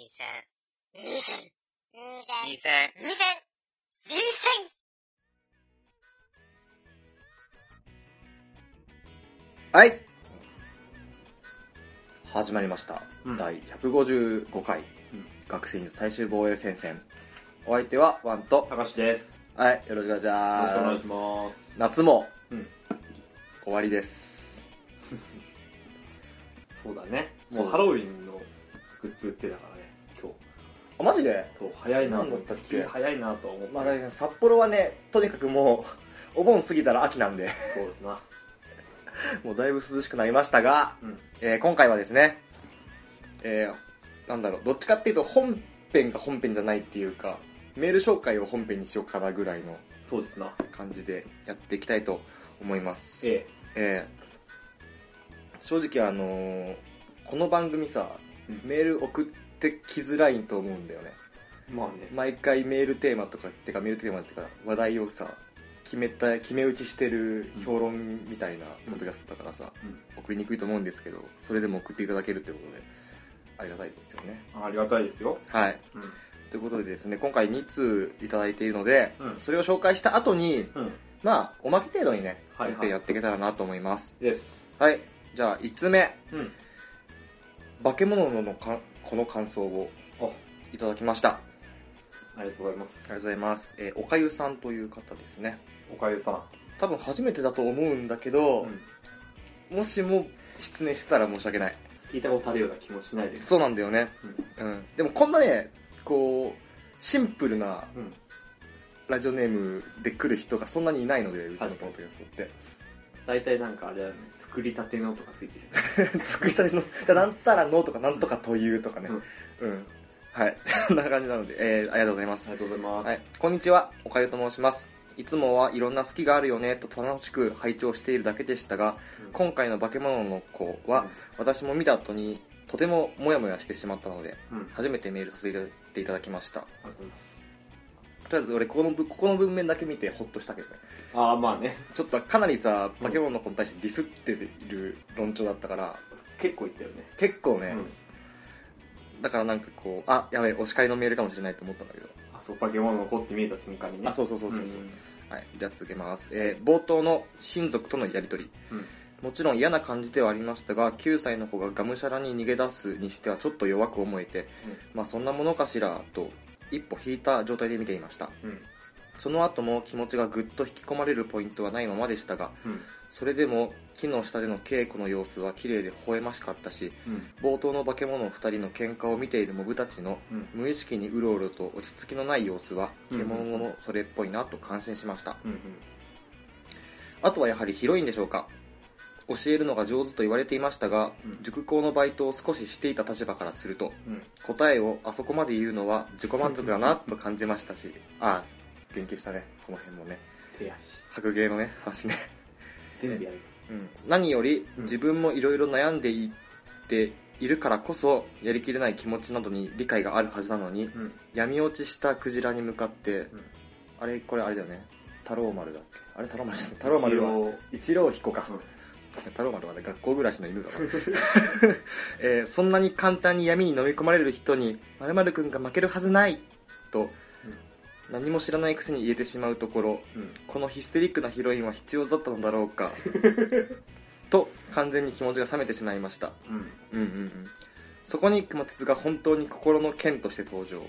はい。始まりました。 うん第155回、学生に最終防衛戦線。お相手はワンと、 たかしです。 はい、よろしくお願いします。 よろしくお願いします。 夏も、 うん終わりです。 そうだね。もそううハロウィンのグッズ売ってたからね、今日。 あ、マジで？ そう、早いなと思なんだったっけ早いなと思って。 まあ、札幌はね、とにかくもう、お盆過ぎたら秋なんで、 そうですな。 もうだいぶ涼しくなりましたが、 うん。 今回はですね、どっちかっていうと本編が本編じゃないっていうか、メール紹介を本編にしようかなぐらいのそうですな。 感じでやっていきたいと思います。 え正直この番組さ、メール送ってきづらいと思うんだよね。 まあね。 毎回メールテーマとかってかメールテーマってか話題をさ、決め打ちしてる評論みたいなポッドキャストだからさ、送りにくいと思うんですけど、それでも送っていただけるということでありがたいですよね。 ありがたいですよ。 はい。 うん。 ということでですね、今回2通いただいているので、 うんそれを紹介した後に、 うん。 まあおまけ程度にね、 はいはい本編やっていけたらなと思います。 です。 はい。じゃあ5つ目、 うん。 化け物のこの感想をあ、 いただきました。 ありがとうございます。 ありがとうございます。おかゆさんという方ですね。 おかゆさん。 多分初めてだと思うんだけど、もしも失念してたら申し訳ない。 聞いたことあるような気もしないです。 そうなんだよね。でもこんなね、こう、シンプルなうん。 ラジオネームで来る人がそんなにいないので、うちのポッドキャストって。 大体なんかあれだよね、作りたてのとかついてる。 作りたての、なんたらのとかなんとかというとかね。はい。こんな感じなので、ありがとうございますあ。りがとうございます。 はい。こんにちは、おかゆと申します。いつもはいろんな好きがあるよねと楽しく拝聴しているだけでしたが、今回の化け物の子は、私も見た後にとてもモヤモヤしてしまったので、初めてメールさせていただきました。 ありがとうございます。 とりあえず俺ここの文面だけ見てホッとしたけどね。 ああ、まあね。 ちょっとかなりさ、化け物の子に対してディスってる論調だったから、 結構言ったよね。 結構ね、だからなんかこう、あ、やべえ、お叱りのメールかもしれないと思ったんだけど。 あ、そう、化け物の子って見えた瞬間にね。 あ、そう。はい、じゃあ続けます。冒頭の親族とのやりとり。もちろん嫌な感じではありましたが、9歳の子ががむしゃらに逃げ出すにしてはちょっと弱く思えて、まあそんなものかしらと一歩引いた状態で見ていました。その後も気持ちがぐっと引き込まれるポイントはないままでしたが、それでも木の下での稽古の様子は綺麗で微笑ましかったし、冒頭の化け物2人の喧嘩を見ているモブたちの無意識にうろうろと落ち着きのない様子は獣のそれっぽいなと感心しました。あとはやはりヒロインでしょうか。教えるのが上手と言われていましたが、塾講のバイトを少ししていた立場からすると、答えをあそこまで言うのは自己満足だなと感じましたし、言及したね、この辺もね。 手足。 白芸のね、話ね。 全部やる。 何より自分もいろいろ悩んでいっているからこそやりきれない気持ちなどに理解があるはずなのに、闇落ちしたクジラに向かって、これあれだよね、太郎丸だっけ、あれ太郎丸じゃない、太郎丸は一郎彦か、太郎丸はね、学校暮らしの犬だわ、そんなに簡単に闇に飲み込まれる人に〇〇くんが負けるはずないと、何も知らないくせに言えてしまうところ、このヒステリックなヒロインは必要だったのだろうかと完全に気持ちが冷めてしまいました。そこに熊徹が本当に心の剣として登場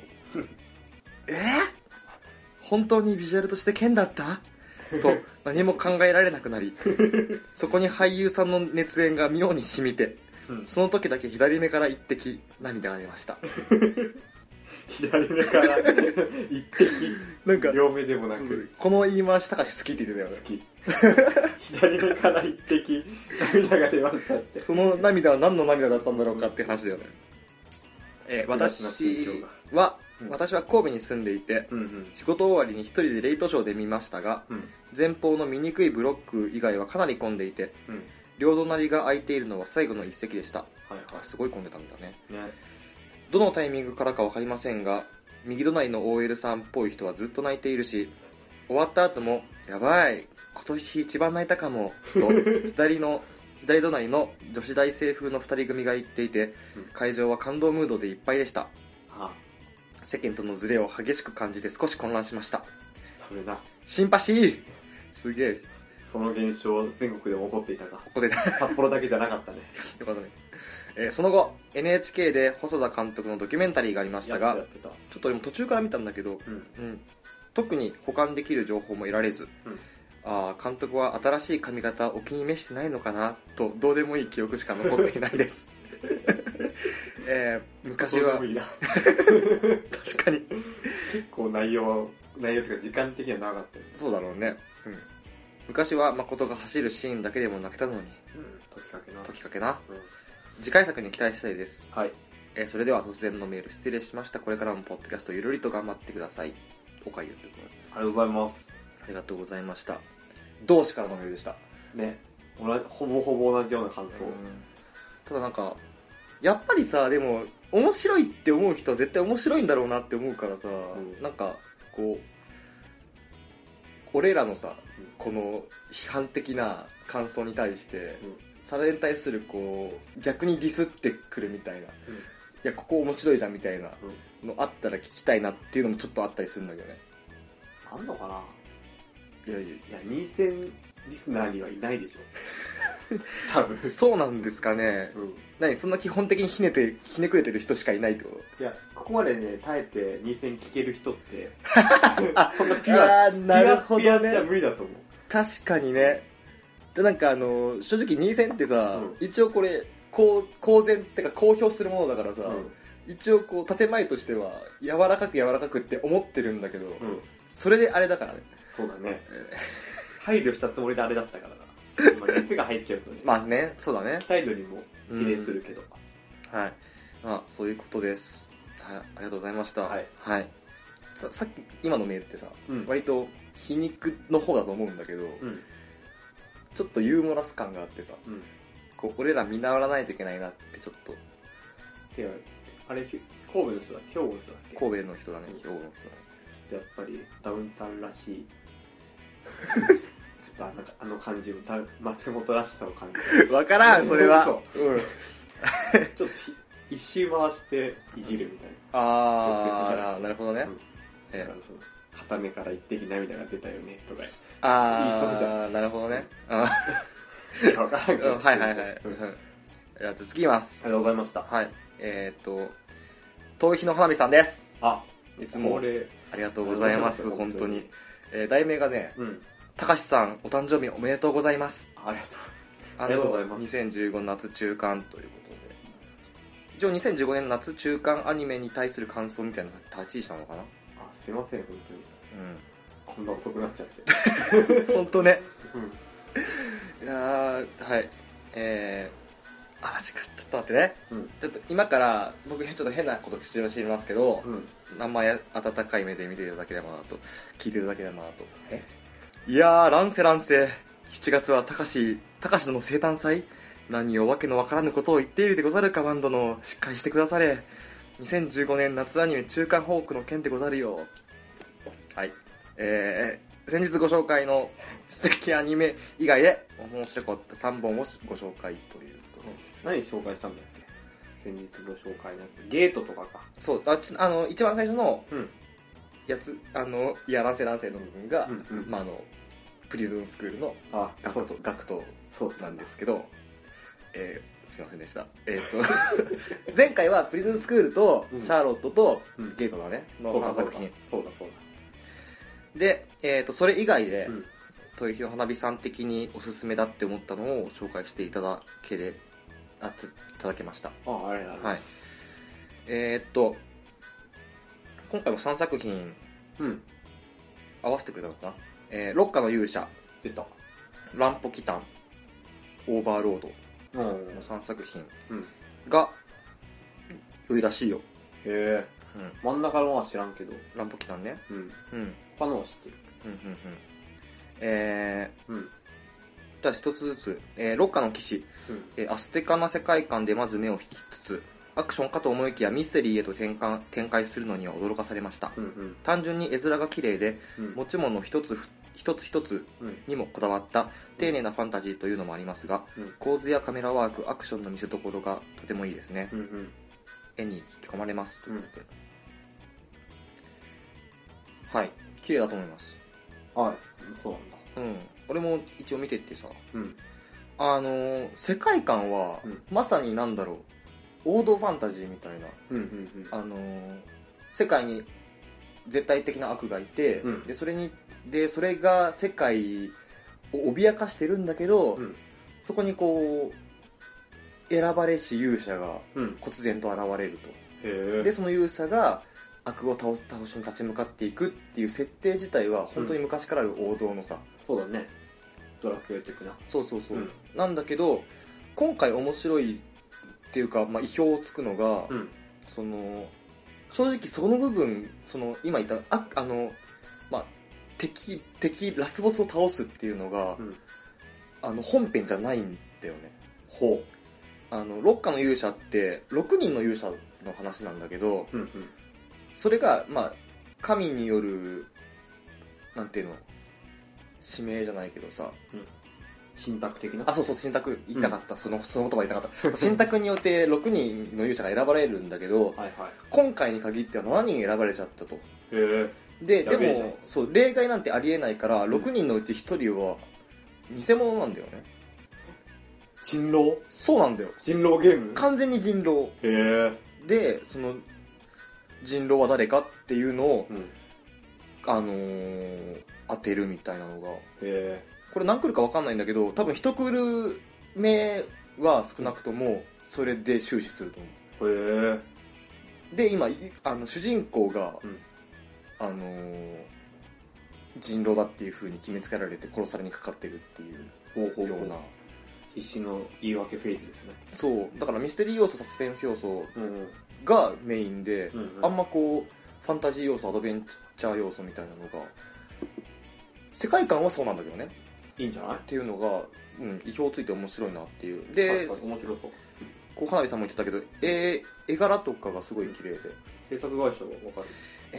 本当にビジュアルとして剣だったと何も考えられなくなりそこに俳優さんの熱演が妙に染みて、その時だけ左目から一滴涙が出ました左目から一滴、 なんか両目でもなく、 この言い回し高し好きって言ってたよね。 好き。左目から一滴涙が出ましたって。 その涙は何の涙だったんだろうかっていう話だよね。私は神戸に住んでいて、仕事終わりに一人でレイトショーで見ましたが、前方の見にくいブロック以外はかなり混んでいて、両隣が空いているのは最後の一席でした。すごい混んでたんだね。どのタイミングからか分かりませんが、右隣の OL さんっぽい人はずっと泣いているし、終わった後もやばい今年一番泣いたかもと左隣の女子大生風の2人組が言っていて、会場は感動ムードでいっぱいでした。 世間とのズレを激しく感じて少し混乱しました。 それな。 シンパシー。すげえ。 その現象全国でも起こっていたか。 ここで札幌だけじゃなかったね。 よかったね。その後 NHK で細田監督のドキュメンタリーがありましたが、 やってた。 ちょっとでも途中から見たんだけど、特に保管できる情報も得られず、監督は新しい髪型お気に召してないのかなとどうでもいい記憶しか残っていないです。昔は確かに結構内容というか時間的には長かったよね。 そうだろうね、昔は誠が走るシーンだけでも泣けたのに、時かけな、次回作に期待したいです。 はい。 それでは突然のメール失礼しました。これからもポッドキャストゆるりと頑張ってください。おかゆということで。 ありがとうございます。 ありがとうございました。同志からのメールでした。 ね。ほぼほぼ同じような感想。 ただなんか、やっぱりさ、でも、面白いって思う人は絶対面白いんだろうなって思うからさ、なんか、こう、俺らのさ、この批判的な感想に対して、それに対するこう、逆にディスってくるみたいな、いや、ここ面白いじゃんみたいなのあったら聞きたいなっていうのもちょっとあったりするんだけどね。 あんのかな。 いや、 2000リスナーにはいないでしょ。多分。 そうなんですかね。何そんな基本的にひねくれてる人しかいないってこと？ いや、ここまでね、耐えて2000聞ける人って、 そんなピュアじゃ無理だと思う。 確かにね。で、なんか正直2000ってさ、一応これ、公然ってか公表するものだからさ、一応こう建前としては柔らかくって思ってるんだけど、それであれだからね。 そうだね。配慮したつもりであれだったからな。熱が入っちゃうとね。 まあね、そうだね。 期待度にも比例するけど。 はい。まあ、そういうことです。はい、ありがとうございました。はい。さっき、今のメールってさ、割と皮肉の方だと思うんだけど、ちょっとユーモラス感があってさ、こう俺ら見習わないといけないなってちょっと。 あれ、神戸の人だっけ？兵庫の人だっけ？ 神戸の人だね、兵庫の人だね。 やっぱりダウンタウンらしい。ちょっとあの感じを、松本らしさを感じる。 わからん、それは。 ちょっと一周回していじるみたいな。なるほどね。 片目から一滴涙が出たよね、とか。言いそうじゃん。なるほどね。 わからんけど。 はい。じゃあ次いきます。 ありがとうございました。 はい。遠い日の花火さんです。いつもありがとうございます、本当に。題名がね、たかしさんお誕生日おめでとうございます。 ありがとうございます。 2015夏中間ということで。一応2015年夏中間アニメに対する感想みたいな立ち位置なのかな。 すいません、本当に。こんな遅くなっちゃって。 本当ね。いやー、はい。マジか、ちょっと待ってね。ちょっと今から、僕ちょっと変なこと口を知りますけど、あんま温かい目で見ていただければなと、聞いていただければなと。いやー、乱世。7月はたかし殿の生誕祭？何をわけのわからぬことを言っているでござるか、バンドの。しっかりしてくだされ。2015年夏アニメ中間報告の件でござるよ。はい。先日ご紹介の素敵アニメ以外で面白かった3本をご紹介ということで。 何紹介したんだっけ？先日ご紹介のやつ。ゲートとかか。 そう、一番最初のやつ、いや、乱世の部分が、プリズンスクールの学徒なんですけど、すいませんでした。前回はプリズンスクールとシャーロットとゲートだね、の3作品。 そうだ。 で、それ以外で、豊日の花火さん的におすすめだって思ったのを紹介していただけました。 ありがとうございます。 今回も3作品、合わせてくれたのかな。六花の勇者、 出た。 乱歩奇譚、オーバーロードの3作品が良いらしいよ。 へえ。真ん中のは知らんけど。 乱歩奇譚ね。 他のは知ってる。 じゃあ一つずつ、六花の騎士、アステカな世界観でまず目を引きつつ、アクションかと思いきやミステリーへと展開するのには驚かされました。単純に絵面が綺麗で、持ち物一つ一つにもこだわった丁寧なファンタジーというのもありますが、構図やカメラワーク、アクションの見せ所がとてもいいですね。 絵に引き込まれますということで、はい、綺麗だと思います。 あ、そうなんだ。 俺も一応見てってさ、 うん。 世界観は、まさになんだろう、王道ファンタジーみたいな、世界に絶対的な悪がいて、でそれが世界を脅かしてるんだけど、そこにこう選ばれし勇者が忽然と現れると、でその勇者が悪を倒しに立ち向かっていくっていう設定自体は本当に昔からある王道のさ、 そうだね、ドラクエ的な。 そう、なんだけど今回面白いっていうか、意表をつくのが、その正直その部分、その今言った敵ラスボスを倒すっていうのが、本編じゃないんだよね。 ほう。 六花の勇者って6人の勇者の話なんだけど、それが神によるなんていうの、指名じゃないけどさ、 信託的な。 あ、そう信託言いたかった、その言葉言いたかった信託によって6人の勇者が選ばれるんだけど、今回に限っては7人選ばれちゃったと。でもそう例外なんてありえないから、6人のうち1人は偽物なんだよね。 人狼？ そうなんだよ。 人狼ゲーム？ 完全に人狼。でその人狼は誰かっていうのを、当てるみたいなのが、これ何クールか分かんないんだけど、多分1クール目は少なくともそれで終始すると思う。で今主人公が、人狼だっていう風に決めつけられて殺されにかかってるっていうような必死の言い訳フェーズですね。 そうだからミステリー要素、サスペンス要素がメインで、あんまこうファンタジー要素、アドベンチャー要素みたいなのが、世界観はそうなんだけどね、 いいんじゃないっていうのが、意表ついて面白いなっていう。で、 面白そう。 こう花火さんも言ってたけど、絵柄とかがすごい綺麗で、 制作会社は分かる？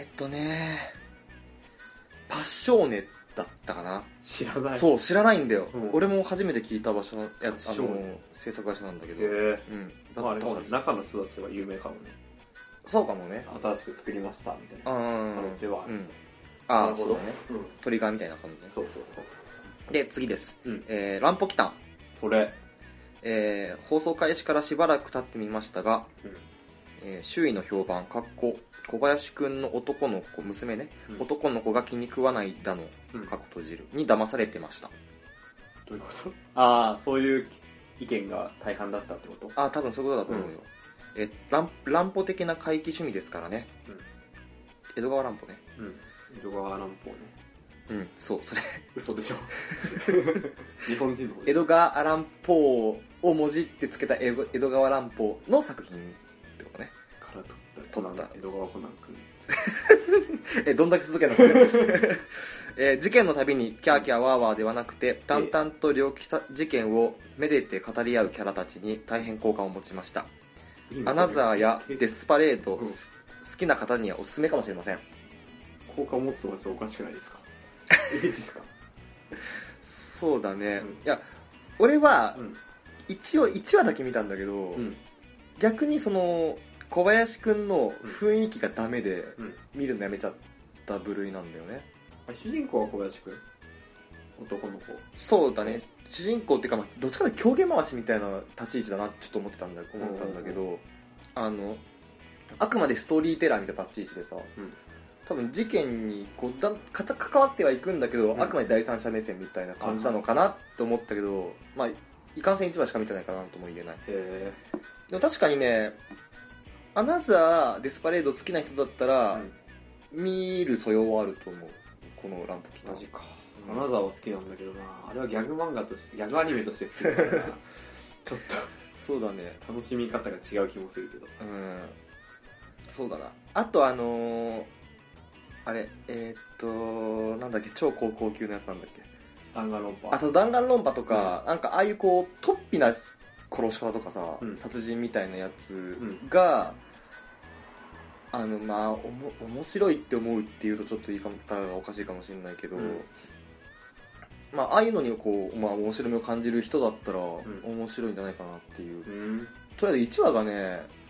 パッショーネだったかな。 知らない。 そう、知らないんだよ。俺も初めて聞いた場所の制作会社なんだけど、 中の人たちは有名かもね。 そうかもね。 新しく作りましたみたいな可能性はある。 ああ、そうだね。トリガーみたいな感じね。 そう。 で、次です。乱歩来た。 それ。 放送開始からしばらく経ってみましたが、周囲の評判、小林くんの男の子、娘ね、男の子が気に食わないだの、閉じるに騙されてました。 どういうこと？ああ、そういう意見が大半だったってこと？ 多分そういうことだと思うよ。乱歩的な怪奇趣味ですからね。江戸川乱歩ね。 江戸川乱歩ね。 そう、それ。 嘘でしょ。日本人の方。 江戸川乱歩をもじってつけた江戸川乱歩の作品ってことね。 から撮った江戸川コナン君。 どんだけ続けるの事件のたびにキャーキャーワーワーではなくて、淡々と猟奇事件をめでて語り合うキャラたちに大変好感を持ちました。アナザーやデスパレード、好きな方にはおすすめかもしれません。 好感を持つのはおかしくないですか？いいですか？ そうだね。いや、俺は、一応1話だけ見たんだけど、逆にその小林くんの雰囲気がダメで、見るのやめちゃった部類なんだよね。 主人公は小林くん？男の子？ そうだね。主人公っていうか、どっちかというと狂言回しみたいな立ち位置だなってちょっと思ったんだけど、あくまでストーリーテラーみたいな立ち位置でさ、多分事件にこう関わってはいくんだけど、あくまで第三者目線みたいな感じなのかなって思ったけど、いかんせん1話しか見てないかなとも言えない。でも確かにね、アナザー、デスパレード好きな人だったら、見る素養はあると思う。この乱歩来た。 マジか。アナザーは好きなんだけどな。あれはギャグ漫画として、ギャグアニメとして好きだからちょっとそうだね、 楽しみ方が違う気もするけど。 そうだな。あとあれなんだっけ、超高校級のやつなんだっけ、 弾丸論破。 あと弾丸論破とか、なんかああいうこう突飛な殺し方とかさ、殺人みたいなやつが、面白いって思うっていうとちょっと言い方がおかしいかもしれないけど、ああいうのにこう、面白みを感じる人だったら面白いんじゃないかなっていう。とりあえず1話がね、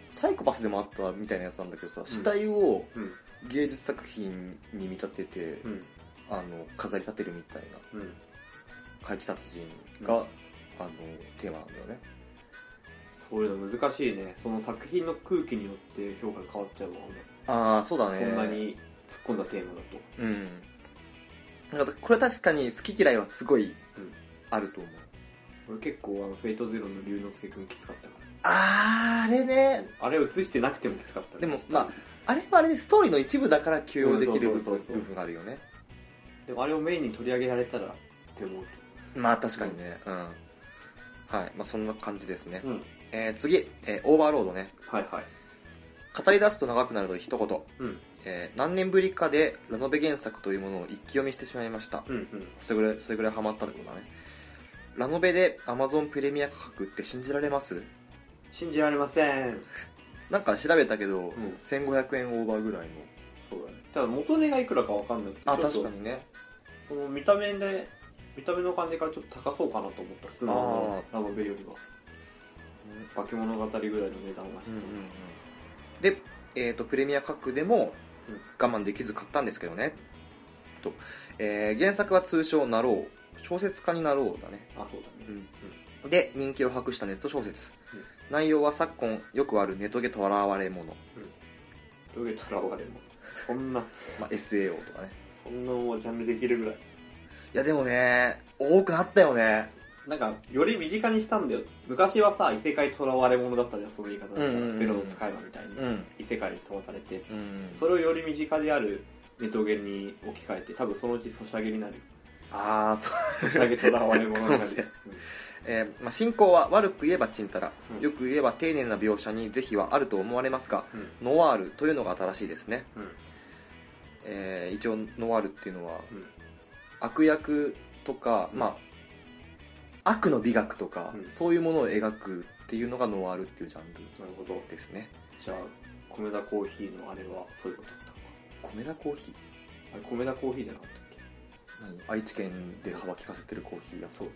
サイコパスでもあったみたいなやつなんだけどさ、死体を芸術作品に見立てて、飾り立てるみたいな、怪奇殺人が、テーマなんだよね。 そういうの難しいね。その作品の空気によって評価が変わっちゃうもんね。 ああ、そうだね。 そんなに突っ込んだテーマだと。 だからこれ確かに好き嫌いはすごい、あると思う。 俺結構フェイトゼロの龍之介くんきつかったから。 あれね。 あれ映してなくてもきつかった、ね。 でも、あれはあれでストーリーの一部だから許容できる部分があるよね。 でもあれをメインに取り上げられたらって思うと。まあ確かにね。はい。そんな感じですね。次、オーバーロードね。 はいはい。 語り出すと長くなるので一言。何年ぶりかでラノベ原作というものを一気読みしてしまいました。それぐらいハマったってことだね。ラノベで Amazon プレミア価格って信じられます？ 信じられません。 なんか調べたけど、1500円オーバーぐらいの。 そうだね。ただ元値がいくらかわかんなくて。 確かにね。 その見た目の感じからちょっと高そうかなと思った。普通のラノベよりは。化け物語ぐらいの値段がしそう。で、プレミア価格でも我慢できず買ったんですけどね。原作は通称なろう。小説家になろうだね。 そうだね。 で、人気を博したネット小説。内容は昨今よくあるネトゲとらわれ者。ネトゲとらわれ者。そんな。 SAO とかね。 そんなもうジャンルできるぐらい。 いやでもね、多くなったよね。 なんか、より身近にしたんだよ。昔はさ、異世界とらわれ者だったじゃん、そういう言い方だったら。ゼロの使い魔みたいに。異世界に飛ばされて。それをより身近であるネトゲに置き換えて、多分そのうちソシャゲになる。 そう。 ソシャゲとらわれ者になる。 進行は悪く言えばチンタラ、よく言えば丁寧な描写に是非はあると思われますが、ノワールというのが新しいですね。一応ノワールっていうのは、悪役とか、悪の美学とか、そういうものを描くっていうのがノワールっていうジャンルですね。 じゃあ米田コーヒーのあれはそういうことだったのか。 米田コーヒー、 あれ米田コーヒーじゃなかったっけ？ 愛知県で幅利かせてるコーヒー屋。 そう。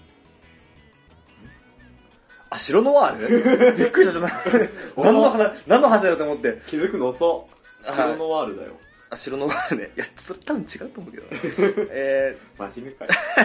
白ノワールびっくりした何の話だよと思って。 気づくの遅っ。白ノワールだよ。 白ノワールね。いや、それ多分違うと思うけど。 真面目かい。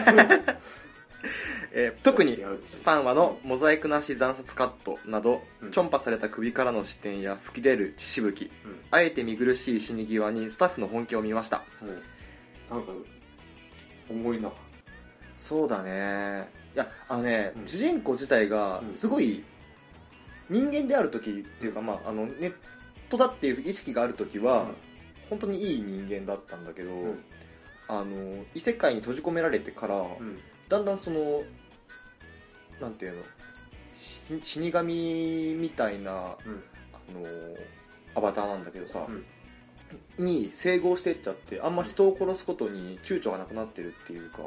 特に3話のモザイクなし惨殺カットなど、チョンパされた首からの視点や吹き出る血しぶき、あえて見苦しい死に際にスタッフの本気を見ました。 なんか重いな。 そうだね。いや、主人公自体がすごい人間である時っていうか、ネットだっていう意識がある時は、本当にいい人間だったんだけど、異世界に閉じ込められてから、だんだんなんていうの、死神みたいな、アバターなんだけどさ、に整合していっちゃって、あんま人を殺すことに躊躇がなくなってるっていうか、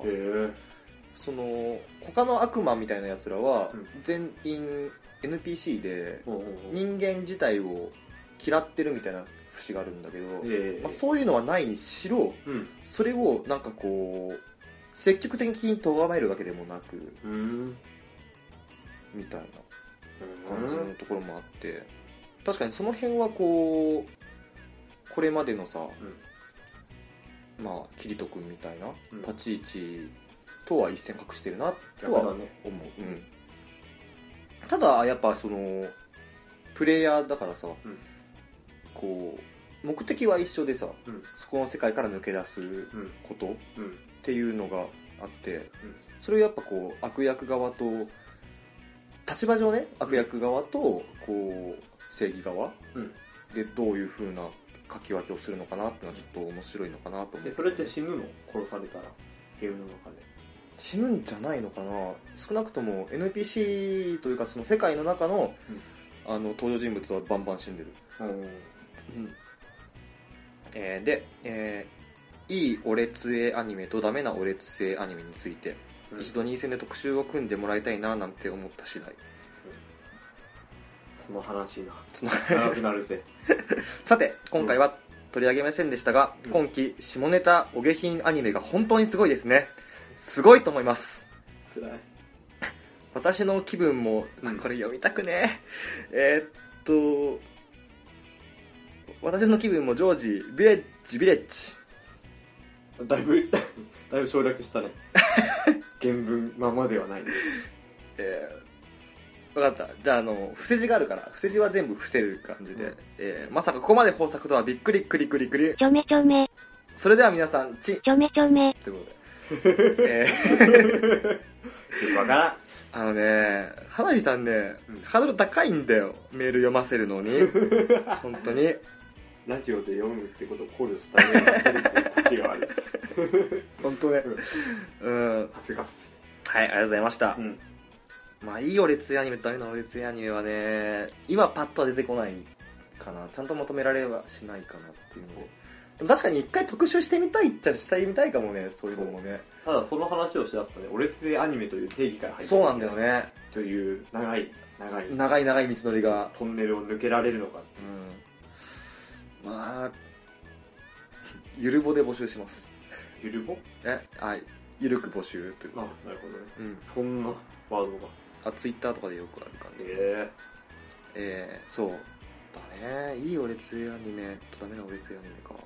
他の悪魔みたいなやつらは全員 NPC で人間自体を嫌ってるみたいな節があるんだけど、そういうのはないにしろ、それをなんかこう積極的に咎めるわけでもなく、みたいな感じのところもあって、確かにその辺はこれまでのさ、キリト君みたいな立ち位置とは一線画してるなとは思う。ただやっぱプレイヤーだからさ、目的は一緒でさ、そこの世界から抜け出すことっていうのがあって、それをやっぱ悪役側と立場上ね、悪役側と正義側でどういう風な書き分けをするのかなっていうのはちょっと面白いのかなと思って。 それって死ぬの？殺されたらゲームの中で死ぬんじゃないのかな。少なくとも NPC というかその世界の中の、登場人物はバンバン死んでる。で、いいオレツエアニメとダメなオレツエアニメについて、一度2戦で特集を組んでもらいたいななんて思った次第。 その話長くなるぜ。 さて今回は取り上げませんでしたが、今期下ネタお下品アニメが本当にすごいですね。すごいと思います。 辛い。 私の気分も、これ読みたくね。 私の気分も常時ビレッジだいぶ省略したね。原文ままではない。 分かった。じゃあ、伏せ字があるから、伏せ字は全部伏せる感じで、まさかここまで豊作とはびっくりクリクリクリ。 ちょめちょめ。 それでは皆さん、ちょめちょめ。 ということで。 よくわからん。 花火さんね、ハードル高いんだよ。メール読ませるのに。本当に。 ラジオで読むってことを考慮した上で読ませるっていう価値がある。 本当ね。 さすがっす。 はい、ありがとうございました。まあいいお列絵アニメとダメなお列絵アニメはね、今パッとは出てこないかな。ちゃんとまとめられはしないかなっていうので。でも確かに一回特集してみたいっちゃしてみたいかもね、そういうのもね。 ただその話をしだすとね、お列絵アニメという定義から入ってそうなんだよね。 という長い道のりが。 トンネルを抜けられるのか。 まあ、ゆるぼで募集します。 ゆるぼ？ ゆるく募集というか。 なるほどね。そんなワードが。 ツイッターとかでよくある感じ。そう。だね。いいお列絵アニメとダメなお列絵アニメか。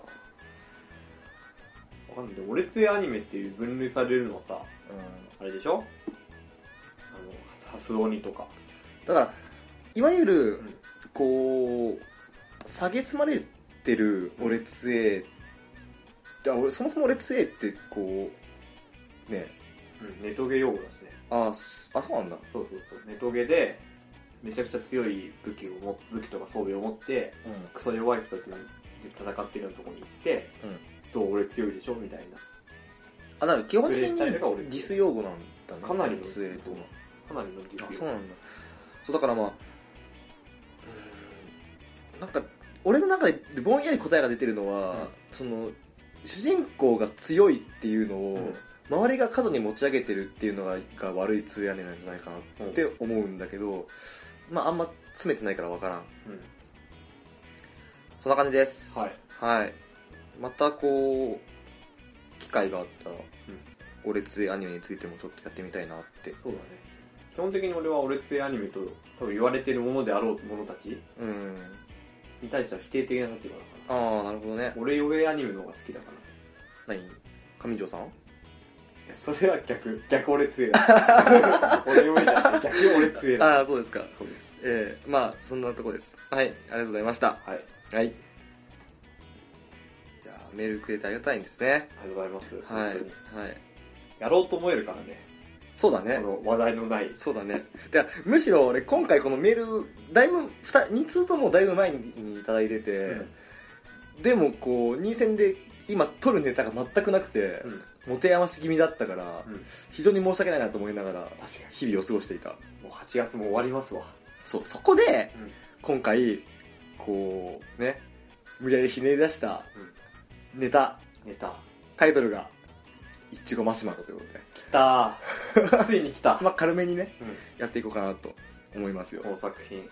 わかんない。お列絵アニメっていう分類されるのはさ、あれでしょ？ハスオニとか。 だから、いわゆる、こう、蔑まれてるお列絵、そもそもお列絵ってこう、ね。 ネトゲ用語だしね。 そうなんだ。 そう。ネトゲで、めちゃくちゃ強い武器とか装備を持って、クソ弱い人たちが戦ってるようなところに行って、どう俺強いでしょみたいな。 だから基本的にディス用語なんだね。 かなりのディス用語。 かなりのディス用語。 そうなんだ。そうだからまあ、なんか、俺の中でぼんやり答えが出てるのは、その、主人公が強いっていうのを、周りが過度に持ち上げてるっていうのが悪い通屋根なんじゃないかなって思うんだけど、まああんま詰めてないからわからん。そんな感じです。はい。またこう、機会があったら、お列絵アニメについてもちょっとやってみたいなって。 そうだね。基本的に俺はお列絵アニメと多分言われてるものであろう者たちに対しては否定的な立場だから。 なるほどね。 俺ヨエアニメの方が好きだから。 何？上条さん？ それは逆お列絵だ。俺ヨエじゃない、逆お列絵だ。 そうですか。 そうです。 まあそんなとこです。はい、ありがとうございました。はい。じゃあメールくれてありがたいんですね。 ありがとうございます。 はい。 やろうと思えるからね。 そうだね。 この話題のない。 そうだね。でむしろ俺今回このメール、だいぶ、2通ともだいぶ前にいただいてて、でもこう、2戦で今撮るネタが全くなくて、持て余し気味だったから、非常に申し訳ないなと思いながら、日々を過ごしていた。もう8月も終わりますわ。 そう、そこで、今回、こう、ね、無理やりひねり出した、ネタ、タイトルが、いちごマシュマロということで。 来たー。ついに来た。 まあ軽めにね、やっていこうかなと思いますよ。 本作品。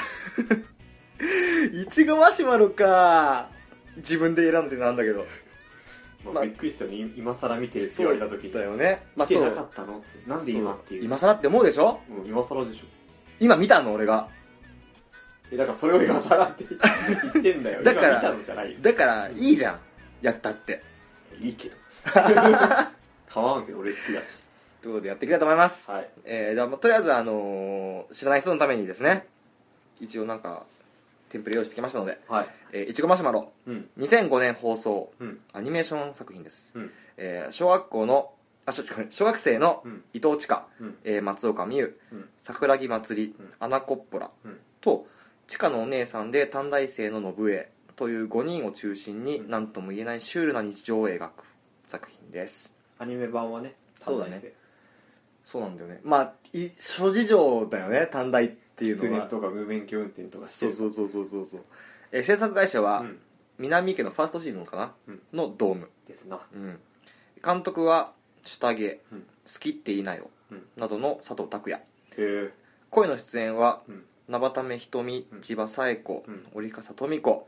いちごマシュマロか自分で選んでなんだけど。 びっくりしたよね。今更見てるって言われた時だよね。 見てなかったのって。なんで今っていう。 今更って思うでしょ？ 今更でしょ。 今見たの俺が。 だからそれを今更って言ってんだよ。 だから、 今見たのじゃないよ。 だからいいじゃん。やったって。 いいけど。構わんけど俺好きだし。 ということでやっていきたいと思います。 はい。 じゃあとりあえず知らない人のためにですね、一応なんか、テンプレ用意してきましたので、いちごマシュマロ、2005年放送、アニメーション作品です。小学生の伊藤千佳、松岡美優、桜木まつり、アナコッポラと、千佳のお姉さんで短大生の信江という5人を中心に何とも言えないシュールな日常を描く作品です。 アニメ版はね、 そうだね。そうなんだよね。まあ、諸事情だよね、短大っていうのは。 失恋とか無免許運転とかしてる。 そう。制作会社は、南池のファーストシーズンかな、のドーム。 ですな。 監督は、シュタゲ、好きっていいなよ、などの佐藤拓也。声の出演は、名ばためひとみ、千葉紗恵子、折笠富子、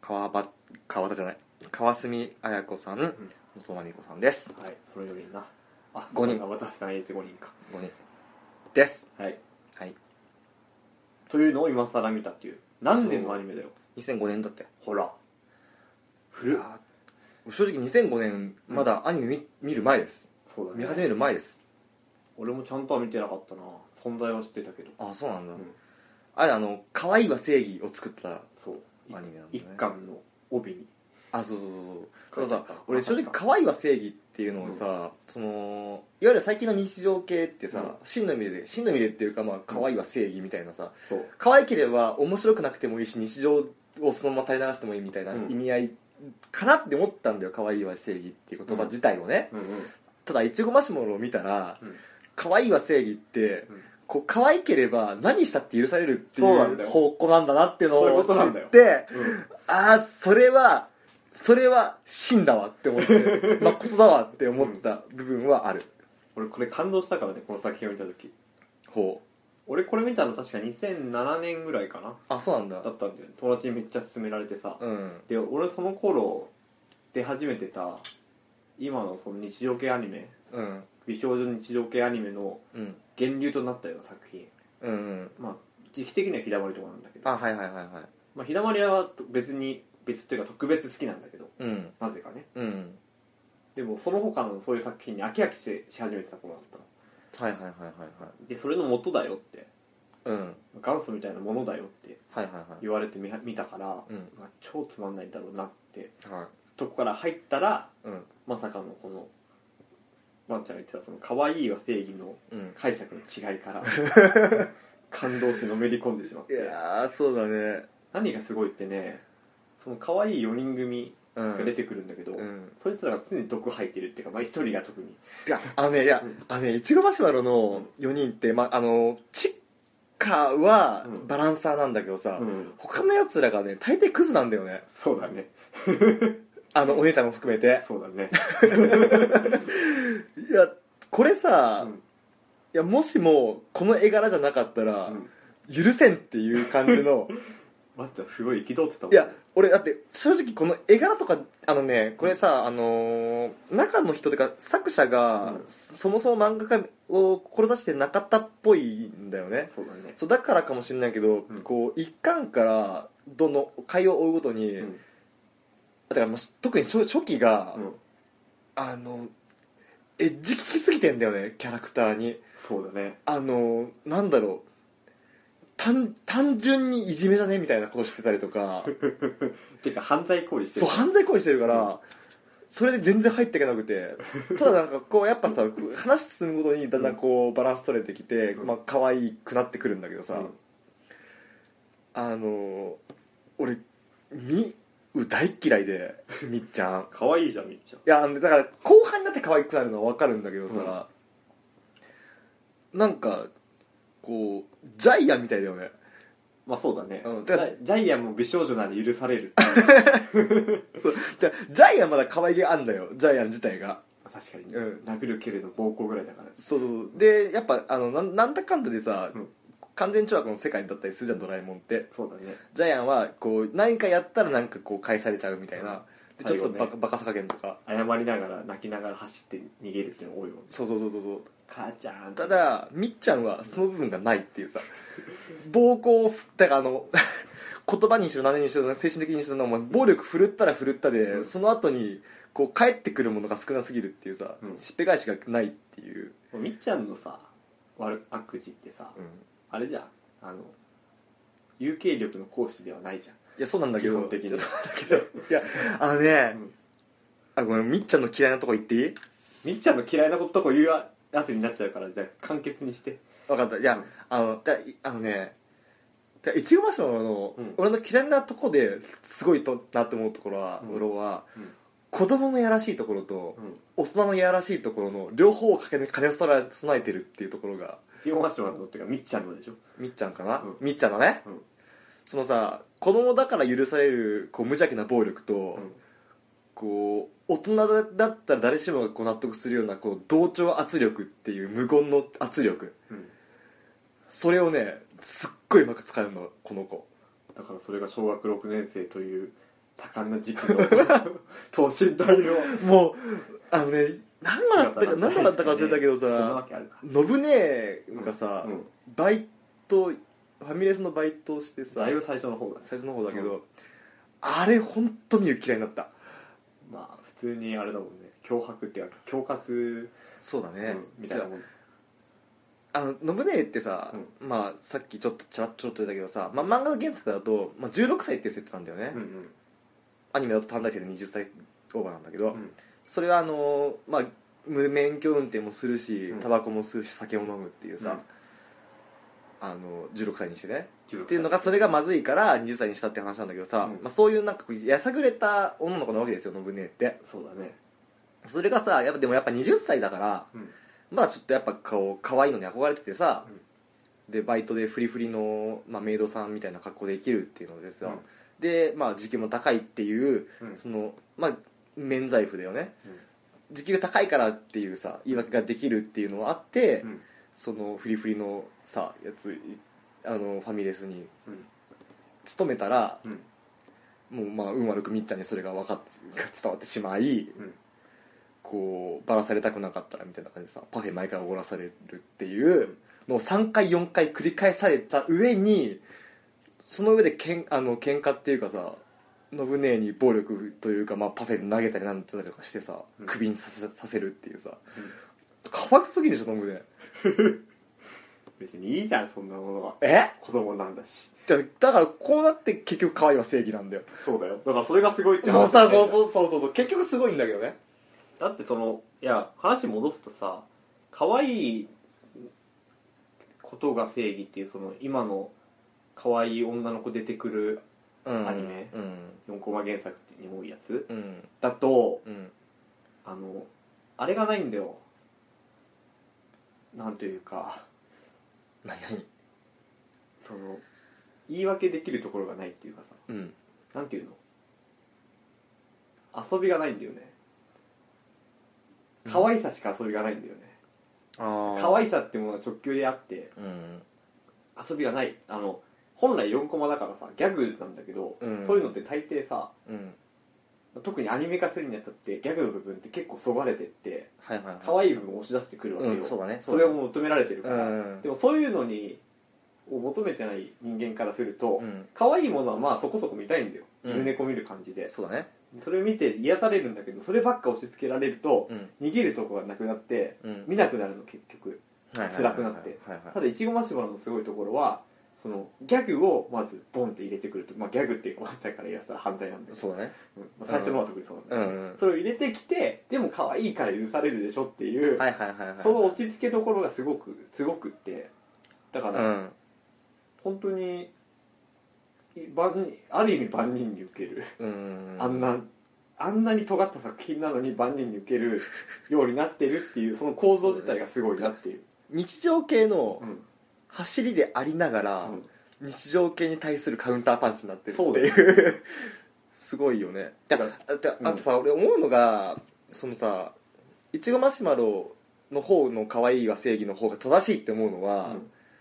川澄綾子さん、野戸真美子さんです。 はい、それよりな。 5人。 私さん入れて5人か。 5人。です。 はい。というのを今更見たっていう。 何年のアニメだよ。 2005年だって。 ほら古っ。 正直2005年まだアニメ 見る前です。 そうだね。 見始める前です。 俺もちゃんとは見てなかったな。存在は知ってたけど。 あ、そうなんだ。あれ可愛いは正義を作ったそうアニメなんだね。 一巻の帯に。 そうたださ、俺正直可愛いは正義っていうのをさ、いわゆる最近の日常系ってさ、真の意味でっていうか、まあ可愛いは正義みたいなさ、可愛ければ面白くなくてもいいし、日常をそのまま垂れ流してもいいみたいな意味合いかなって思ったんだよ、可愛いは正義っていう言葉自体をね。ただいちごマシュマロを見たら、可愛いは正義って、こう可愛ければ何したって許されるっていう方向なんだなっていうのを知って、それは真だわって思って誠だわって思った部分はある。 俺これ感動したからね、この作品を見た時。俺これ見たの確か2007年ぐらいかな。 あ、そうなんだ。 だったんだよね。友達にめっちゃ勧められてさ、で俺その頃出始めてた今のその日常系アニメ、美少女日常系アニメの源流となったような作品、まあ時期的には日だまりとかなんだけど、まあ日だまりは別っていうか特別好きなんだけど、なぜかね、でもその他のそういう作品に飽き飽きし始めてた頃だったの。でそれの元だよって、元祖みたいなものだよって言われて見たから、まあ、超つまんないんだろうなって、とこから入ったら、まさかのこのワンちゃんが言ってたその可愛いは正義の解釈の違いから、感動してのめり込んでしまって。 いやーそうだね。 何がすごいってね、その可愛い4人組が出てくるんだけど、そいつらが常に毒吐いてるっていうか、まあ、1人が特に。 いちごマシュマロの4人って、まあ、チッカはバランサーなんだけどさ、他のやつらがね大抵クズなんだよね。 そうだね。 お姉ちゃんも含めて。 そうだね。 いやこれさ、いやもしもこの絵柄じゃなかったら、許せんっていう感じのマッチャすごい憤ってたもんね。 いや俺だって正直この絵柄とかこれさ、中の人というか作者が、そもそも漫画家を志してなかったっぽいんだよね。 そうだね。 だからかもしれないけど、こう一巻からどんどん回を追うごとに、だから特に初期が、エッジ効きすぎてんだよね、キャラクターに。 そうだね。 なんだろう、単純にいじめじゃねみたいなことしてたりとかてか犯罪行為してる。 そう犯罪行為してるから、それで全然入っていけなくて、ただなんかこうやっぱさ話進むごとにだんだんこうバランス取れてきて、まあ可愛くなってくるんだけどさ、俺大っ嫌いでみっちゃん可愛いじゃんみっちゃん。 いやだから後半になって可愛くなるのは分かるんだけどさ、なんかこうジャイアンみたいだよね。 まあそうだね、ジャイアンも美少女なんで許されるそうジャイアンまだ可愛げあんだよ、ジャイアン自体が。 確かに、殴る蹴るの暴行ぐらいだから。 そうでやっぱなんだかんだでさ、完全懲悪の世界だったりするじゃん、ドラえもんって。 そうだね。 ジャイアンはこう何かやったらなんかこう返されちゃうみたいな、でちょっとバカさ加減とか謝りながら泣きながら走って逃げるっていうのが多いもん。 そう母ちゃん。 ただみっちゃんはその部分がないっていうさ暴行だから言葉にしろ何にしろ精神的にしろ暴力振るったら振るったで、その後にこう帰ってくるものが少なすぎるっていうさ、しっぺ返しがないっていう。 みっちゃんのさ悪事ってさ、あれじゃん、有形力の行使ではないじゃん。 いやそうなんだけど、 基本的に。 いやごめん、みっちゃんの嫌いなとこ言っていい？ みっちゃんの嫌いなとこ言うやつになっちゃうから、じゃあ簡潔にして。 分かった。いや、いちごマシュマロの、俺の嫌いなとこですごいなって思うところは、俺は、子供のやらしいところと、大人のやらしいところの両方を兼ね備えてるっていうところが。 いちごマシュマロのっていうかみっちゃんのでしょ。 みっちゃんかな、みっちゃんだね、そのさ子供だから許されるこう無邪気な暴力と、こう大人だったら誰しもがこう納得するようなこう同調圧力っていう無言の圧力、それをねすっごいうまく使うのこの子だから。それが小学6年生という多感な時期の等身大のもう何だったか忘れたけどさ、信姉がさ、バイトファミレスのバイトをしてさ、 だいぶ最初の方だね。 最初の方だけど、あれ本当に嫌いになった。 まあ普通にあれだもんね、脅迫っていうか恐喝、 そうだね、 みたいなもん。 ノブネってさ、まあさっきちょっと言ったけどさ、まあ、漫画の原作だと、まあ、16歳っていう設定なんだよね、アニメだと短大生で20歳オーバーなんだけど、それはまあ無免許運転もするし、タバコも吸うし酒も飲むっていうさ、16歳にしてねっていうのが、それがまずいから20歳にしたって話なんだけどさ、まあ、そういうなんかやさぐれた女の子なわけですよ、信姉って。 そうだね。 それがさ、やっぱ20歳だから、まあちょっとやっぱ可愛いのに憧れててさ、でバイトでフリフリの、まあ、メイドさんみたいな格好で生きるっていうのでさ、でまあ時給も高いっていう、そのまあ免罪符だよね、時給が高いからっていうさ言い訳ができるっていうのがあって、そのフリフリのさやつファミレスに勤めたら、もうまあ運悪くみっちゃんにそれが伝わってしまい、こうバラされたくなかったらみたいな感じでさ、パフェ毎回おごらされるっていうのを3回4回繰り返された上に、その上で喧嘩っていうかさ、信姉に暴力というか、まあ、パフェで投げたりなんてたりとかしてさ、クビにさせるっていうさ、かわいそすぎでしょ、信姉。 別にいいじゃん、そんなものは。子供なんだし。 だからこうなって結局可愛いは正義なんだよ。 そうだよ。だからそれがすごいって話だよ。そう結局すごいんだけどね。 だっていや話戻すとさ、可愛いことが正義っていう、今の可愛い女の子出てくるアニメ、4コマ原作に多いやつ、だと、あれがないんだよ。なんというか、 何言い訳できるところがないっていうかさ、なんていうの、遊びがないんだよね。可愛さしか遊びがないんだよね。可愛さってものは直球であって、遊びがない。本来4コマだからさ、ギャグなんだけど、そういうのって大抵さ、特にアニメ化するにあたってギャグの部分って結構そがれてって、可愛い部分を押し出してくるわけよ。それを求められてるから。でもそういうのを求めてない人間からすると、可愛いものはまあそこそこ見たいんだよ。犬猫見る感じで。 そうだね。 それを見て癒されるんだけど、そればっか押し付けられると、逃げるとこがなくなって、見なくなるの結局。辛くなって。ただいちごマシュマロのすごいところは、ギャグをまずボンって入れてくると、まあギャグっていうかワンちゃんから言わせたら犯罪なんで、 そうだね、 最初のは特にそうなんだけど、それを入れてきて、でも可愛いから許されるでしょっていう、その落ち着けどころがすごくって、だから、本当にある意味万人に受ける、あんなに尖った作品なのに万人に受けるようになってるっていう、その構造自体がすごいなっていう。 日常系の走りでありながら、日常系に対するカウンターパンチになってるっていうすごいよね。あとさ、俺思うのが、いちごマシュマロの方の可愛いは正義の方が正しいって思うのは、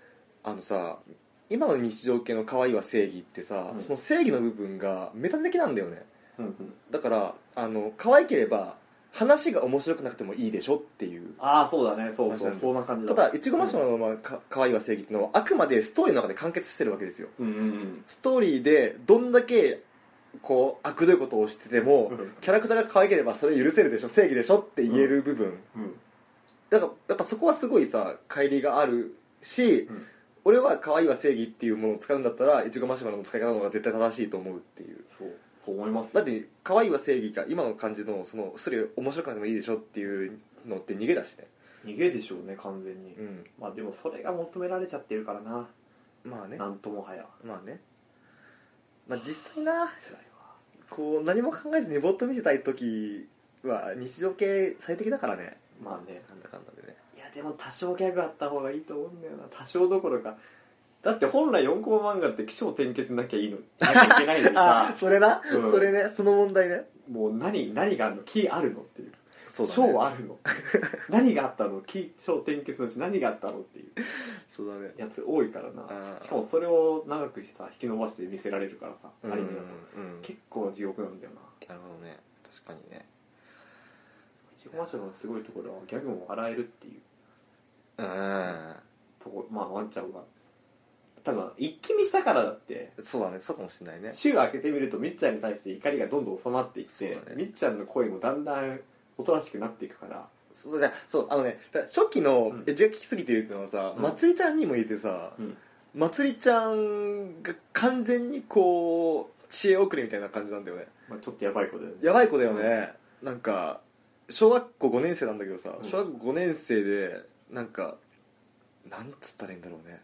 今の日常系の可愛いは正義ってさ、その正義の部分がメタ的なんだよね。だから可愛ければ話が面白くなくてもいいでしょっていう。 そうだね、そんな感じだ。 ただいちごマシュマロの可愛いは正義っていうのはあくまでストーリーの中で完結してるわけですよ。ストーリーでどんだけこう悪どいことをしてても、キャラクターが可愛ければそれ許せるでしょ、正義でしょって言える部分、だからやっぱそこはすごいさ乖離があるし、俺は可愛いは正義っていうものを使うんだったらいちごマシュマロの使い方の方が絶対正しいと思うっていう。 そう思います。 だって可愛いは正義が今の感じのそれ面白くなってもいいでしょっていうのって逃げだしね。 逃げでしょうね、完全に。まあでもそれが求められちゃってるからな。 まあね、 なんともはや。 まあね、まあ実際な、こう何も考えずにぼーっと見てたい時は日常系最適だからね。 まあね、 なんだかんだでね。 いやでも多少ギャグあった方がいいと思うんだよな。多少どころか、だって本来4コマ漫画って起承転結なきゃいいの、なきゃいけないのにさそれな、それね、その問題ね。 もう何があるの、キあるのっていう。 そうだね、 章あるの何があったの、起承転結のうち何があったのっていう。 そうだね、 やつ多いからな。しかもそれを長くさ引き伸ばして見せられるからさ、アニメだと結構地獄なんだよな。 なるほどね、確かにね。 いちごマシュマロのすごいところはギャグも笑えるっていうとこ、まあワンちゃんは多分一気見したからだって。 そうだね、そうかもしれないね。 週開けてみるとみっちゃんに対して怒りがどんどん収まっていって、みっちゃんの声もだんだんおとなしくなっていくから。 そう初期のエッジが効きすぎてるっていうのはさ、まつりちゃんにも言えてさ、まつりちゃんが完全にこう知恵遅れみたいな感じなんだよね。 まあ、ちょっとやばい子だよね。 やばい子だよね。なんか小学校5年生なんだけどさ、小学校5年生でなんかなんつったらいいんだろうね。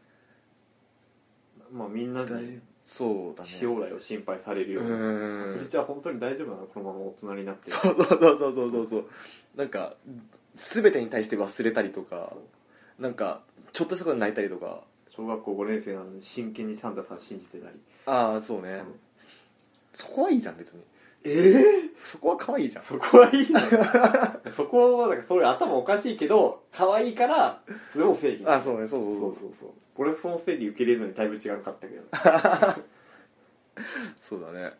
まあみんなにそうだね、 将来を心配されるような。それじゃあ本当に大丈夫なの、このまま大人になって。 そうなんか全てに対して忘れたりとか、なんかちょっとしたことに泣いたりとか。 小学校5年生なのに真剣にサンタさん信じてたり。 ああそうね、そこはいいじゃん別に。そこは可愛いじゃん。 そこはいいのそこはだからそれ頭おかしいけど可愛いからそれも正義。 あ、そうね、そう俺その正義受け入れるのにだいぶ違かったけどそうだね。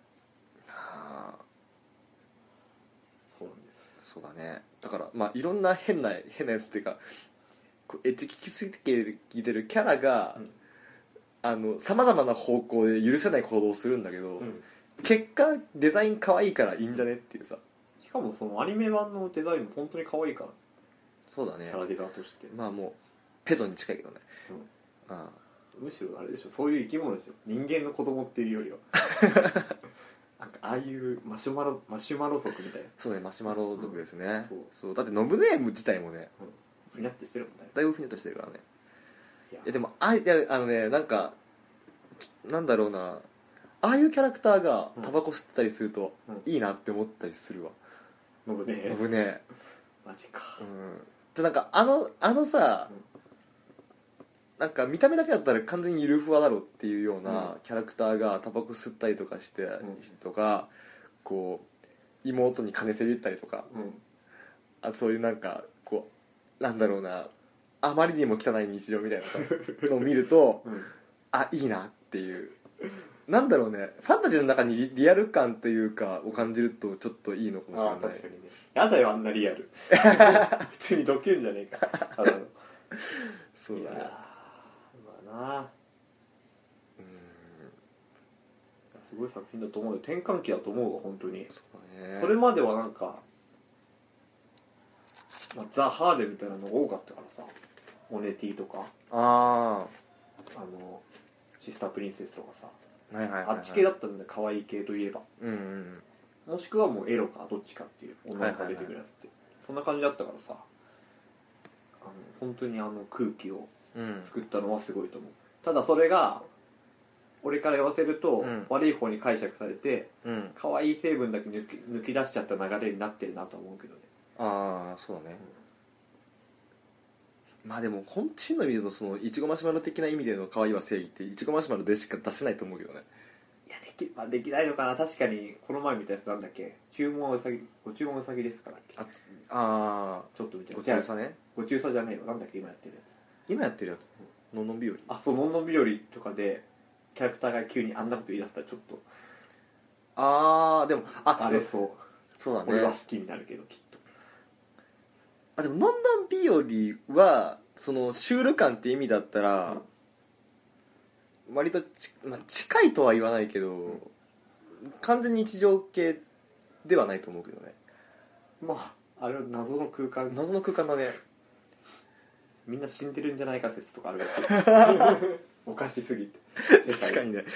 そうだね。だからまあいろんな変なやつっていうか、エッジ聞きすぎてるキャラが、さまざまな方向で許せない行動をするんだけど、結果デザイン可愛いからいいんじゃねっていうさ。 しかもそのアニメ版のデザインも本当に可愛いから。 そうだね、 キャラデザとして。 まあもうペドに近いけどね、 むしろあれでしょ、そういう生き物でしょ、人間の子供っていうよりはなんかああいうマシュマロ族みたいな。 そうね、マシュマロ族ですね、そうだってノブネーム自体もね、 ふにゃってしてるもんね。 だいぶふにゃっとしてるからね。いやでもなんかなんだろうな、ああいうキャラクターがタバコ吸ったりするといいなって思ったりするわ。 ノブねマジか。 でなんかあのさ、なんか見た目だけだったら完全にゆるふわだろっていうようなキャラクターがタバコ吸ったりとかしてとか、こう妹に金せびったりとか、あとそういうなんかこうなんだろうな、あまりにも汚い日常みたいなさのを見ると、あ、いいなっていう、なんだろうね、ファンタジーの中にリアル感というかを感じるとちょっといいのかもしれない。 確かにね。やだよ、あんなリアル普通にドキュンじゃねえかそうだね。 まあな、すごい作品だと思うよ。転換期だと思うわ本当に。それまではなんか、ザ・ハーレみたいなのが多かったからさ、モネティとかシスタープリンセスとかさ、あっち系だったんで、可愛い系といえば、もしくはもうエロかどっちかっていう女の子が出てくるやつって、そんな感じだったからさ、本当に空気を作ったのはすごいと思う。ただそれが俺から言わせると、悪い方に解釈されて、可愛い成分だけ抜き出しちゃった流れになってるなと思うけどね。 そうだね、まあでも本真の意味でのそのいちごマシュマロ的な意味での可愛いは正義っていちごマシュマロでしか出せないと思うけどね。 いやできないのかな。確かにこの前見たやつなんだっけ、ご注文はうさぎですかだっけ。ちょっと見て。ご中佐ね。ご中佐じゃねえよ、なんだっけ今やってるやつ。のんのん日和。そう、のんのん日和とかでキャラクターが急にあんなこと言い出したらちょっとでもあれそうだね。 俺は好きになるけどきっと。 でものんのん日和はそのシュール感って意味だったら、割と近いとは言わないけど、完全に日常系ではないと思うけどね。 まああれは謎の空間だね。 みんな死んでるんじゃないか説とかあるらしいおかしすぎて確かにね、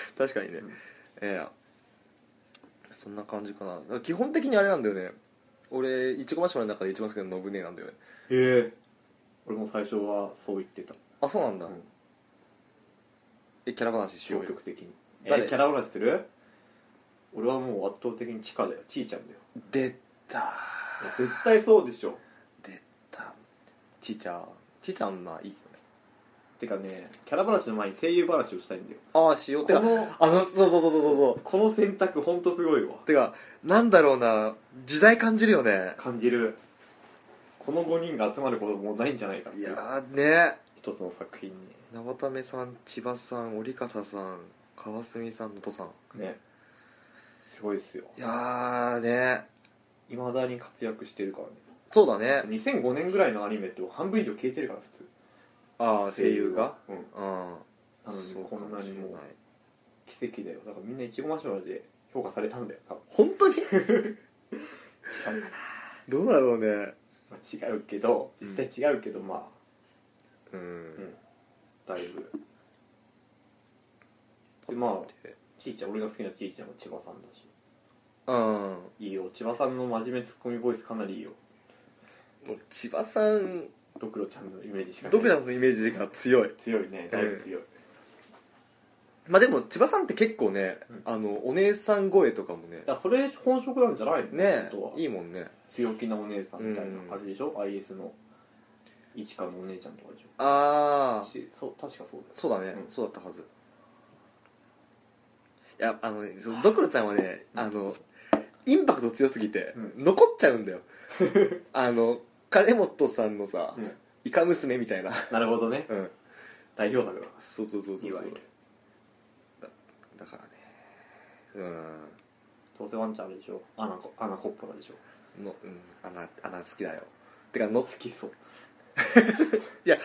そんな感じかな。基本的にあれなんだよね、俺いちごマシュマロの中で一番好きなのノブネなんだよね。 俺も最初はそう言ってた。 そうなんだ、キャラ話しようよ。 消極的にキャラ話する？俺はもう圧倒的にチカだよ。ちーちゃんだよ。 出た。 絶対そうでしょ。 出た。ちーちゃんまあいいけどね。てかね、キャラ話の前に声優話をしたいんだよ。 しよう。てかそうこの選択ほんとすごいわ。 てかなんだろうな、時代感じるよね。 感じる。この5人が集まることもうないんじゃないかっていう。 いやね、 一つの作品に長田目さん、千葉さん、折笠さん、川澄さん、能登さんね、すごいっすよ。 いやね、 未だに活躍してるからね。 そうだね。 2005年ぐらいのアニメって半分以上消えてるから普通。 声優がなのにこんなにも奇跡だよ。だからみんないちごマシュマロで評価されたんだよ多分。 本当に違うかな。 どうだろうね。 まあ、違うけど実際違うけど、まあだいぶで、まあちいちゃん、俺が好きなちいちゃんは千葉さんだし、いいよ。千葉さんの真面目ツッコミボイスかなりいいよ。 もう千葉さん、 ドクロちゃんのイメージしかない。 ドクロちゃんのイメージが強い。 強いね、だいぶ強い。 まあでも千葉さんって結構ね、お姉さん声とかもね、 それ本職なんじゃないのね、いいもんね。 強気なお姉さんみたいな、あれでしょ、IS の市川のお姉ちゃんとかでしょ。そう、確かそうだよ。 そうだね、そうだったはず。いや、ドクロちゃんはね、インパクト強すぎて、残っちゃうんだよ。金本さんのさ、イカ娘みたいな。 なるほどね。代表作だ。 そう。 いわゆる。 だからね。 どうせワンちゃんあるでしょ。アナコッポラでしょ。 アナ好きだよ。てか、好きそう。 いや、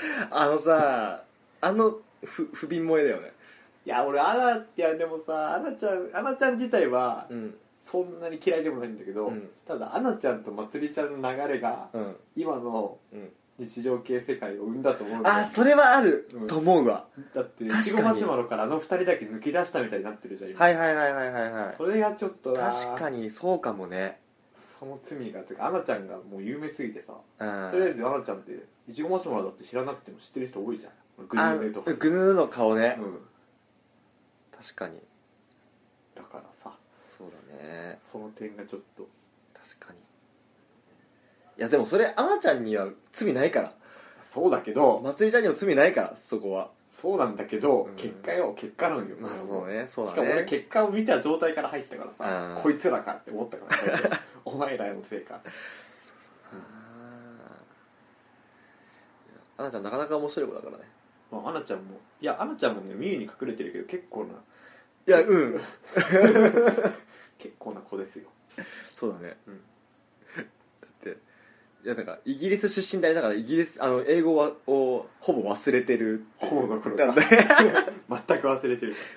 不憫萌えだよね。 いや、俺、でもさ、アナちゃん自体は、そんなに嫌いでもないんだけど、ただ、アナちゃんとまつりちゃんの流れが、今の日常系世界を生んだと思うんだよ。 それはあると思うわ。 だって、いちごマシュマロからあの二人だけ抜き出したみたいになってるじゃん、今。 はい。 それがちょっとな。 確かに、そうかもね。 その罪が、アナちゃんがもう有名すぎてさ、とりあえずアナちゃんって、いちごマシュマロだって知らなくても知ってる人多いじゃん。グヌーヌとか。 グヌーヌの顔ね。確かに。 だからさ、 そうだね。 その点がちょっと。 確かに。いやでもそれ、アナちゃんには罪ないから。 そうだけど、 まつりちゃんにも罪ないから、そこは。 そうなんだけど、結果論よ。 そうね。 しかも俺結果を見た状態から入ったからさ、こいつらかって思ったから、お前らのせいか。 アナちゃんなかなか面白い子だからね。 アナちゃんもね、ミユに隠れてるけど結構な。 いや、 結構な子ですよ。 そうだね。だって、いやなんか、イギリス出身でありながら、英語をほぼ忘れてる。 ほぼどころか。全く忘れてる。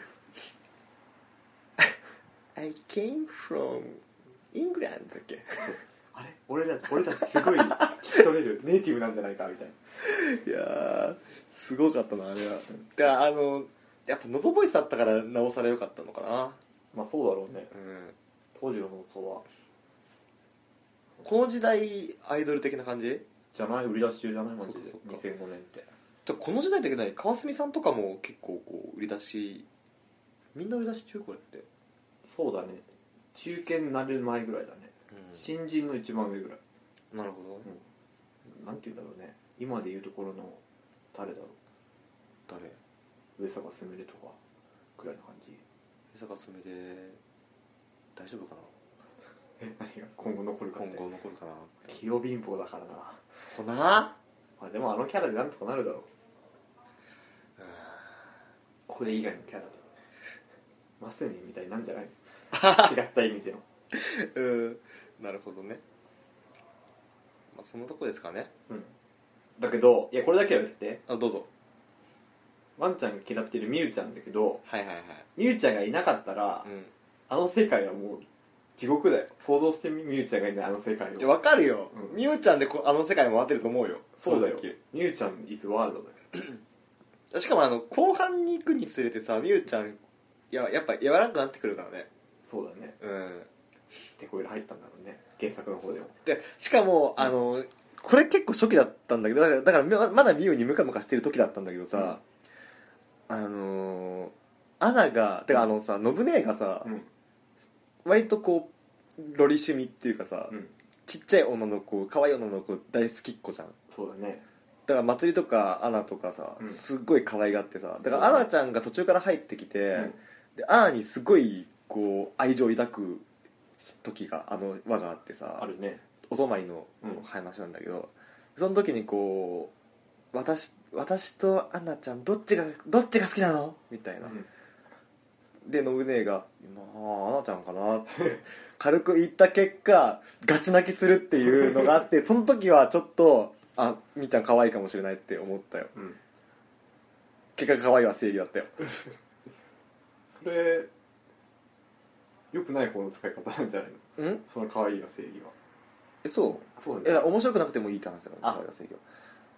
I came from England だっけ？ あれ俺たちすごい聞き取れるネイティブなんじゃないかみたいな。 いやー、すごかったな、あれは。で、やっぱノートボイスだったからなおさら良かったのかな。 まあそうだろうね。当時のノートは。 この時代、アイドル的な感じ？ じゃない？売り出し中じゃない？マジで。2005年って。 この時代だけどね、川澄さんとかも結構こう、売り出し、みんな売り出し中これって。 そうだね。中堅になる前ぐらいだね。新人の一番上ぐらい。 なるほど。 なんて言うんだろうね。今で言うところの誰だろう。上坂すみれとかくらいの感じ。 上坂すみれ大丈夫かな。 何が今後残るかな。器用貧乏だからな。 そうな。 まあでもあのキャラでなんとかなるだろう。これ以外のキャラでマスミみたいなんじゃない？違った意味での。 なるほどね。まあそんなとこですかね。 だけど、いやこれだけは言って。 どうぞ。 ワンちゃんが嫌ってるミュウちゃんだけど、 はい。 ミュウちゃんがいなかったら、あの世界はもう地獄だよ。想像してミュウちゃんがいないあの世界を。 いやわかるよ。ミュウちゃんであの世界も回ってると思うよ。 そうだよ。ミュウちゃん is world だよ。しかも後半に行くにつれてさ、ミュウちゃんやっぱ柔らかくなってくるからね。 そうだね。手こ入れ入ったんだろうね。原作の方でも。 で、しかも、これ結構初期だったんだけど、だからまだミュウにムカムカしてる時だったんだけどさ、アナが、てかさ、信姉がさ、割とこう、ロリ趣味っていうかさ、ちっちゃい女の子、可愛い女の子大好きっ子じゃん。 そうだね。 だから祭りとかアナとかさ、すっごい可愛がってさ、だからアナちゃんが途中から入ってきて、でアナにすごいこう愛情を抱く時が輪があってさ、 あるね。 お泊まりの話なんだけど、その時にこう私とアナちゃんどっちが好きなのみたいな、で信姉がアナちゃんかなって軽く言った結果ガチ泣きするっていうのがあってその時はちょっとみーちゃん可愛いかもしれないって思ったよ。 結果可愛いは正義だったよ。 それ良くない方の使い方なんじゃないの？その可愛いが正義は。そうなんだ。 面白くなくてもいいって話だから可愛いが正義は。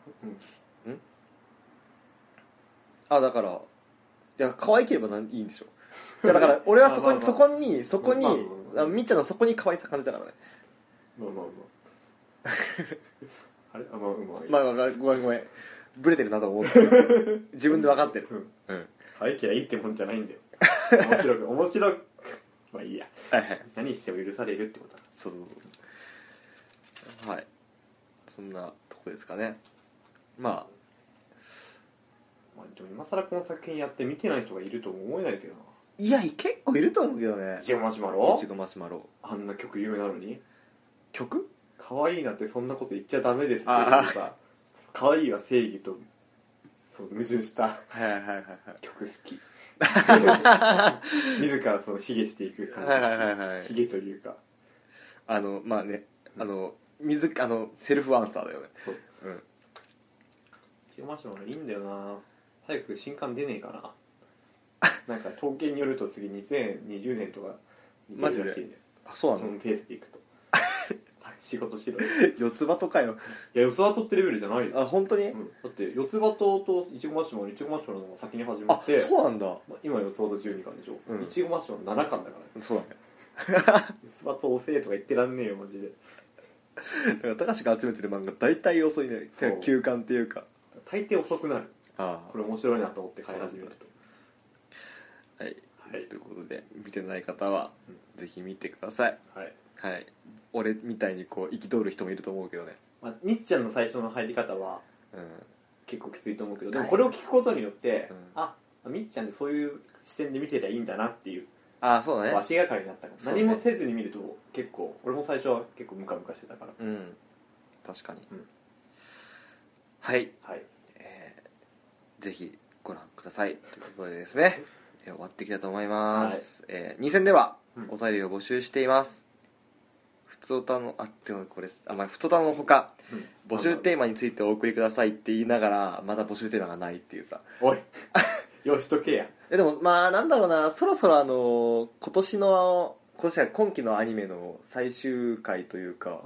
だから、いや可愛ければいいんでしょ。だから俺はそこにみっちゃんのそこに可愛さ感じたからね。 あれごめんブレてるなと思って自分で分かってる。 可愛けりゃいいってもんじゃないんだよ。面白くまあいいや。何しても許されるってことだ。 そうはい、そんなとこですかね。まあでも今更この作品やって見てない人がいるとも思えないけどな。 いや結構いると思うけどね。 いちごマシュマロあんな曲有名なのに。 曲可愛いなってそんなこと言っちゃダメですってさ、可愛いは正義と矛盾した曲好き。自らその卑下していく感じ。卑下というかまあねセルフアンサーだよね。そう。 いちごマシュマロいいんだよな。早く新刊出ねえかな。なんか統計によると次2020年とかマジでらしいね。そうなの？ そのペースでいくと仕事しろよ。 四つ葉とかよ。 いや四つ葉とってレベルじゃないよ。 本当に？ だって四つ葉といちごマシュマロの方が先に始まって。 そうなんだ。 今四つ葉と12巻でしょ。いちごマシュマロ7巻だから。 そうだね。 四つ葉と遅えとか言ってらんねえよマジで。 だから高橋が集めてる漫画大体遅いね。休巻っていうか大抵遅くなる。これ面白いなと思って買い始めると。 はい、ということで見てない方はぜひ見てください。俺みたいにこう憤る人もいると思うけどね。 みっちゃんの最初の入り方は結構きついと思うけど、でもこれを聞くことによってみっちゃんってそういう視点で見てりゃいいんだなっていうそうだね。 足がかりになったから、何もせずに見ると結構俺も最初は結構ムカムカしてたから。 確かに。はい、ぜひご覧くださいということでですね、終わっていきたいと思います。2戦ではお便りを募集しています。ふつおたのふつおたのほか募集テーマについてお送りくださいって言いながらまだ募集テーマがないっていうさ。 おいよしとけや。 でもなんだろうな、そろそろ今期のアニメの最終回というか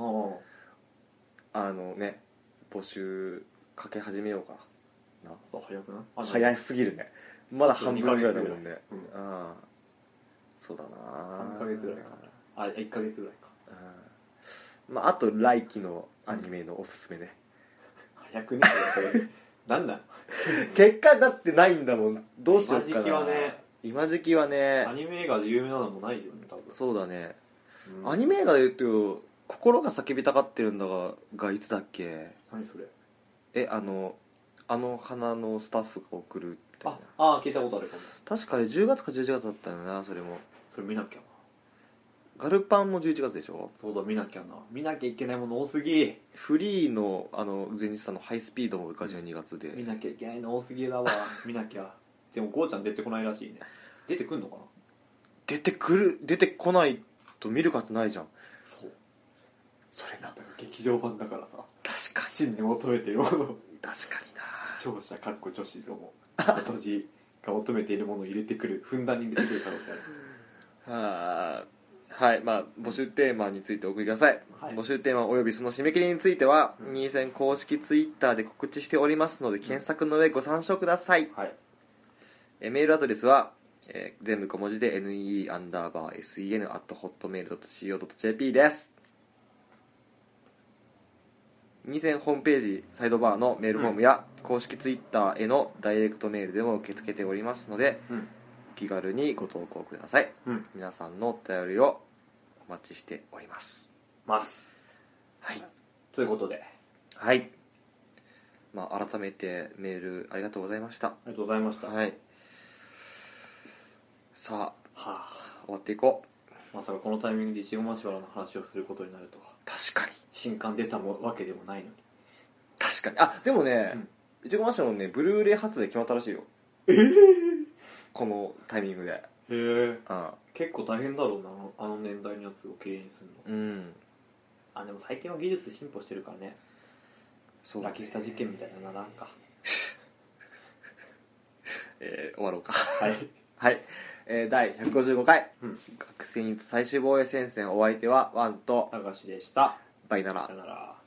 募集かけ始めようかな。 早くな。 早すぎるね。まだ半分ぐらいだもんね。そうだな。 3ヶ月ぐらいかな。1ヶ月ぐらいか。 あと来期のアニメのおすすめね。 早くねなんだ結果だってないんだもん。どうしようかな。今時期はねアニメ映画で有名なのもないよね多分。 そうだね。アニメ映画で言うと心が叫びたがってるんだがいつだっけ。 何それ。 あの花のスタッフが送るみたいな。 聞いたことあるかも。 確か10月か11月だったよな。それもそれ見なきゃな。 ガルパンも11月でしょ。 そうだ、見なきゃな。見なきゃいけないもの多すぎ。 フリーの前日のハイスピードが12月で、 見なきゃいけないの多すぎだわ見なきゃ。でもゴーちゃん出てこないらしいね。出てくんのかな。 出てこないと見る価値ないじゃん。それな。 劇場版だからさ。 確かに真に求めているもの。 確かにな。 視聴者かっこ女子ども私が求めているものを入れてくる、ふんだんに入れてくる可能性ある。 はい、募集テーマについてお送りください。募集テーマおよびその締め切りについては、2戦公式ツイッターで告知しておりますので、検索の上ご参照ください。メールアドレスは、全部小文字で nee_sen@hotmail.co.jp です。2戦ホームページサイドバーのメールフォームや、公式ツイッターへのダイレクトメールでも受け付けておりますので、気軽にご投稿ください。皆さんのお便りをお待ちしております。はい。 ということで、 はい。改めてメールありがとうございました。 ありがとうございました。 はい。さあ、終わっていこう。まさかこのタイミングでいちごマシュマロの話をすることになるとは。 確かに。 新刊出たわけでもないのに。 確かに。でもね、いちごマシュマロね、ブルーレイ発売決まったらしいよ。このタイミングで。結構大変だろうな、あの年代のやつを経営するの。でも最近は技術進歩してるからね。ラキスタ実験みたいななんか終わろうか。 はい。 はい。第155回、 学生ユニット最終防衛戦線お相手はワンと高橋でした。 バイなら。 さよなら。